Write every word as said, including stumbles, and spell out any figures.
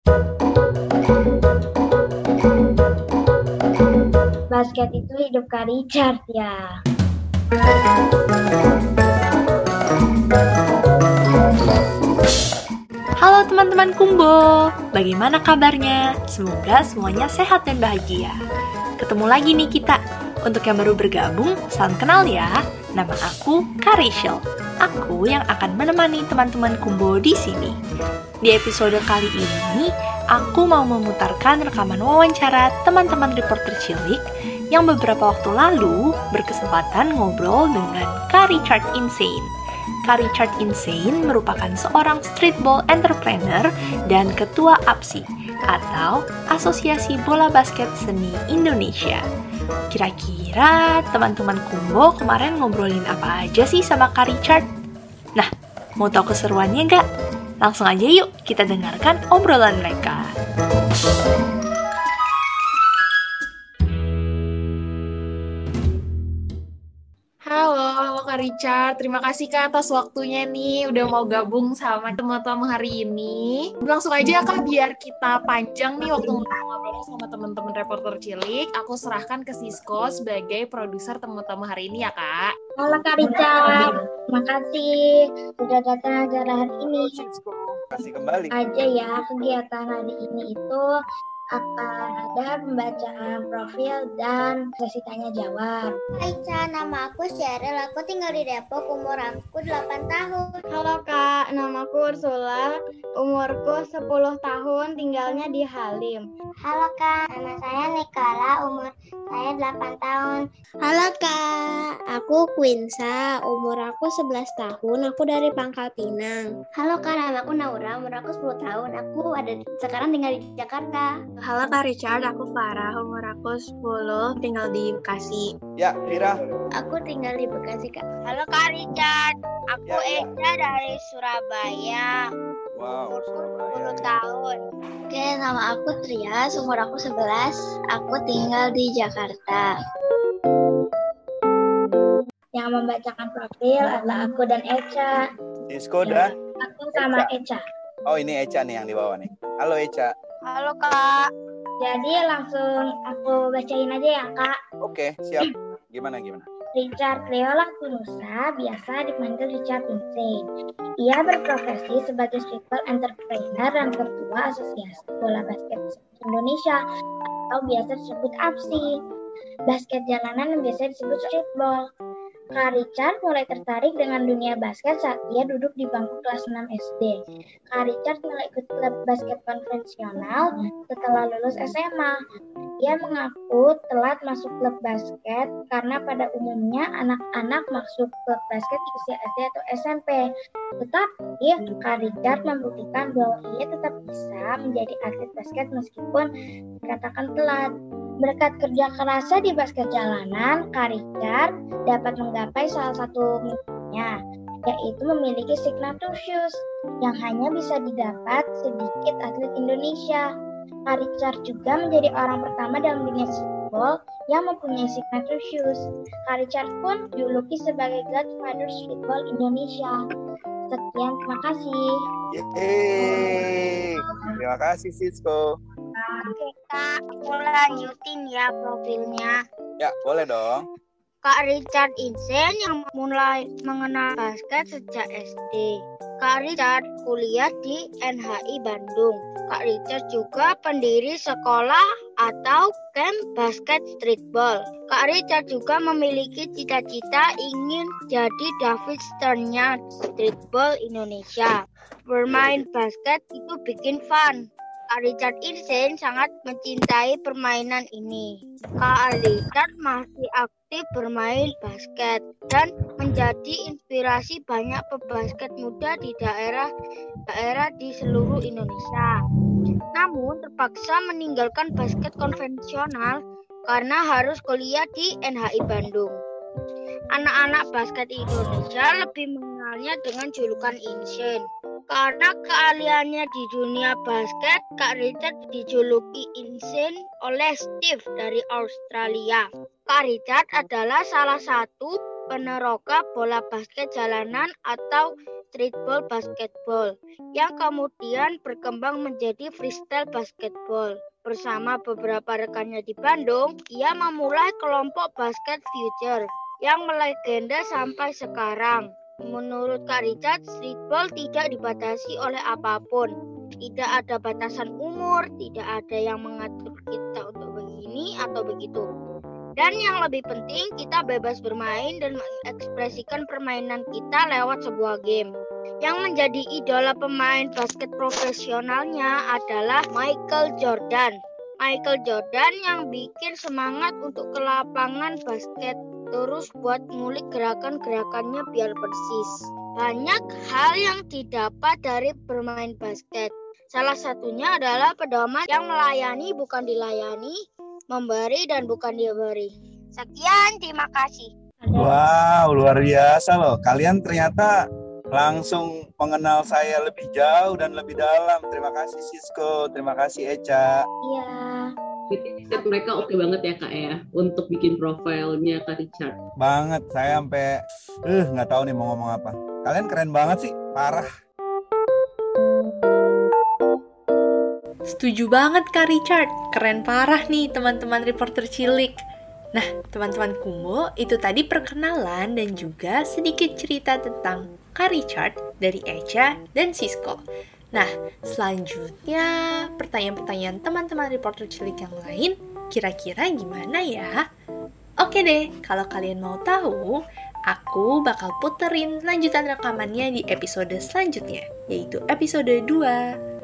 Basket itu hidup Kak Richard ya. Halo teman-teman Kumbo, bagaimana kabarnya? Semoga semuanya sehat dan bahagia. Ketemu lagi nih kita. Untuk yang baru bergabung, salam kenal ya. Nama aku Kak Rachel. Aku yang akan menemani teman-teman Kumbo di sini. Di episode kali ini, aku mau memutarkan rekaman wawancara teman-teman reporter cilik yang beberapa waktu lalu berkesempatan ngobrol dengan Kak Richard Insane. Kak Richard Insane merupakan seorang streetball entrepreneur dan ketua A P S I, atau Asosiasi Bola Basket Seni Indonesia. Kira-kira teman-teman Kumbo kemarin ngobrolin apa aja sih sama Kak Richard? Nah, mau tahu keseruannya nggak? Langsung aja yuk kita dengarkan obrolan mereka. Halo, halo Kak Richard. Terima kasih Kak atas waktunya nih, udah mau gabung sama teman-teman hari ini. Langsung aja Kak, biar kita panjang nih waktu ngobrol sama teman-teman reporter cilik. Aku serahkan ke Sisko sebagai produser teman-teman hari ini ya Kak. Halo Kak Richard, terima kasih sudah datang acara hari ini. Kasih kembali. Aja ya, kegiatan hari ini itu akan ada pembacaan profil dan sesi tanya jawab. Hai Ca, nama aku Sheryl, aku tinggal di Depok, umur aku delapan tahun. Halo Kak, nama aku Ursula, umurku sepuluh tahun, tinggalnya di Halim. Halo Kak, nama saya Nikala, umur saya delapan tahun. Halo Kak, aku Quinsa, umur aku sebelas tahun, aku dari Pangkal Pinang. Halo Kak, nama aku Naura, umur aku sepuluh tahun, aku ada sekarang tinggal di Jakarta. Halo Kak Richard, aku Farah, umur aku sepuluh, tinggal di Bekasi. Ya, Vira. Aku tinggal di Bekasi Kak. Halo Kak Richard, aku Ya, ya. Eca dari Surabaya, Wow, Surabaya. sepuluh tahun. Oke, nama aku Trias, umur aku sebelas, aku tinggal di Jakarta. Yang membacakan profil adalah aku dan Eca. Sisko dan? Aku sama Eca. Oh, ini Eca nih yang di bawah nih. Halo Eca. Halo Kak. Jadi langsung aku bacain aja ya Kak. Oke, siap. Gimana, gimana? Richard Leola Kunusa, biasa dipanggil Richard Insane. Ia berprofesi sebagai streetball entrepreneur dan ketua Asosiasi Bola Basket Indonesia atau biasa disebut A P S I. Basket jalanan yang biasa disebut streetball. Kak Richard mulai tertarik dengan dunia basket saat ia duduk di bangku kelas enam S D. Kak Richard mulai ikut klub basket konvensional setelah lulus S M A. Ia mengaku telat masuk klub basket karena pada umumnya anak-anak masuk klub basket di usia S D atau S M P. Tetapi Kak Richard membuktikan bahwa ia tetap bisa menjadi atlet basket meskipun dikatakan telat. Berkat kerja kerasnya di basket jalanan, Kak Richard dapat menggapai salah satu mimpinya, yaitu memiliki signature shoes yang hanya bisa didapat sedikit atlet Indonesia. Kak Richard juga menjadi orang pertama dalam dunia streetball yang mempunyai signature shoes. Kak Richard pun dijuluki sebagai Godfather Streetball Indonesia. Sekian, terima kasih. Yeay. Terima kasih Sisko. Oke Kak, aku lanjutin ya profilnya. Ya, boleh dong. Kak Richard Insane yang mulai mengenal basket sejak S D. Kak Richard kuliah di N H I Bandung. Kak Richard juga pendiri sekolah atau camp basket streetball. Kak Richard juga memiliki cita-cita ingin jadi David Stern-nya streetball Indonesia. Bermain basket itu bikin fun. Kak Richard Insane sangat mencintai permainan ini. Kak Richard masih aktif bermain basket dan menjadi inspirasi banyak pebasket muda di daerah-daerah di seluruh Indonesia. Namun terpaksa meninggalkan basket konvensional karena harus kuliah di N H I Bandung. Anak-anak basket Indonesia lebih mengenalnya dengan julukan Insane. Karena keahliannya di dunia basket, Kak Richard dijuluki Insane oleh Steve dari Australia. Kak Richard adalah salah satu peneroka bola basket jalanan atau streetball basketball, yang kemudian berkembang menjadi freestyle basketball. Bersama beberapa rekannya di Bandung, ia memulai kelompok basket future yang melegenda sampai sekarang. Menurut Kak Richard, streetball tidak dibatasi oleh apapun. Tidak ada batasan umur, tidak ada yang mengatur kita untuk begini atau begitu. Dan yang lebih penting, kita bebas bermain dan mengekspresikan permainan kita lewat sebuah game. Yang menjadi idola pemain basket profesionalnya adalah Michael Jordan. Michael Jordan yang bikin semangat untuk ke lapangan basket, terus buat ngulik gerakan-gerakannya biar persis. Banyak hal yang didapat dari bermain basket. Salah satunya adalah pedoman yang melayani bukan dilayani, memberi dan bukan diberi. Sekian, terima kasih. Wow, luar biasa loh. Kalian ternyata langsung mengenal saya lebih jauh dan lebih dalam. Terima kasih Sisko, terima kasih Eca. Iya. Titik mereka oke banget ya Kak ya untuk bikin profilnya Kak Richard. Banget, saya sampai eh uh, nggak tahu nih mau ngomong apa. Kalian keren banget sih, parah. Setuju banget Kak Richard, keren parah nih teman-teman reporter cilik. Nah, teman-teman Kumbo, itu tadi perkenalan dan juga sedikit cerita tentang Kak Richard dari Eca dan Sisko. Nah, selanjutnya pertanyaan-pertanyaan teman-teman reporter cilik yang lain, kira-kira gimana ya? Oke deh, kalau kalian mau tahu, aku bakal puterin lanjutan rekamannya di episode selanjutnya, yaitu episode dua.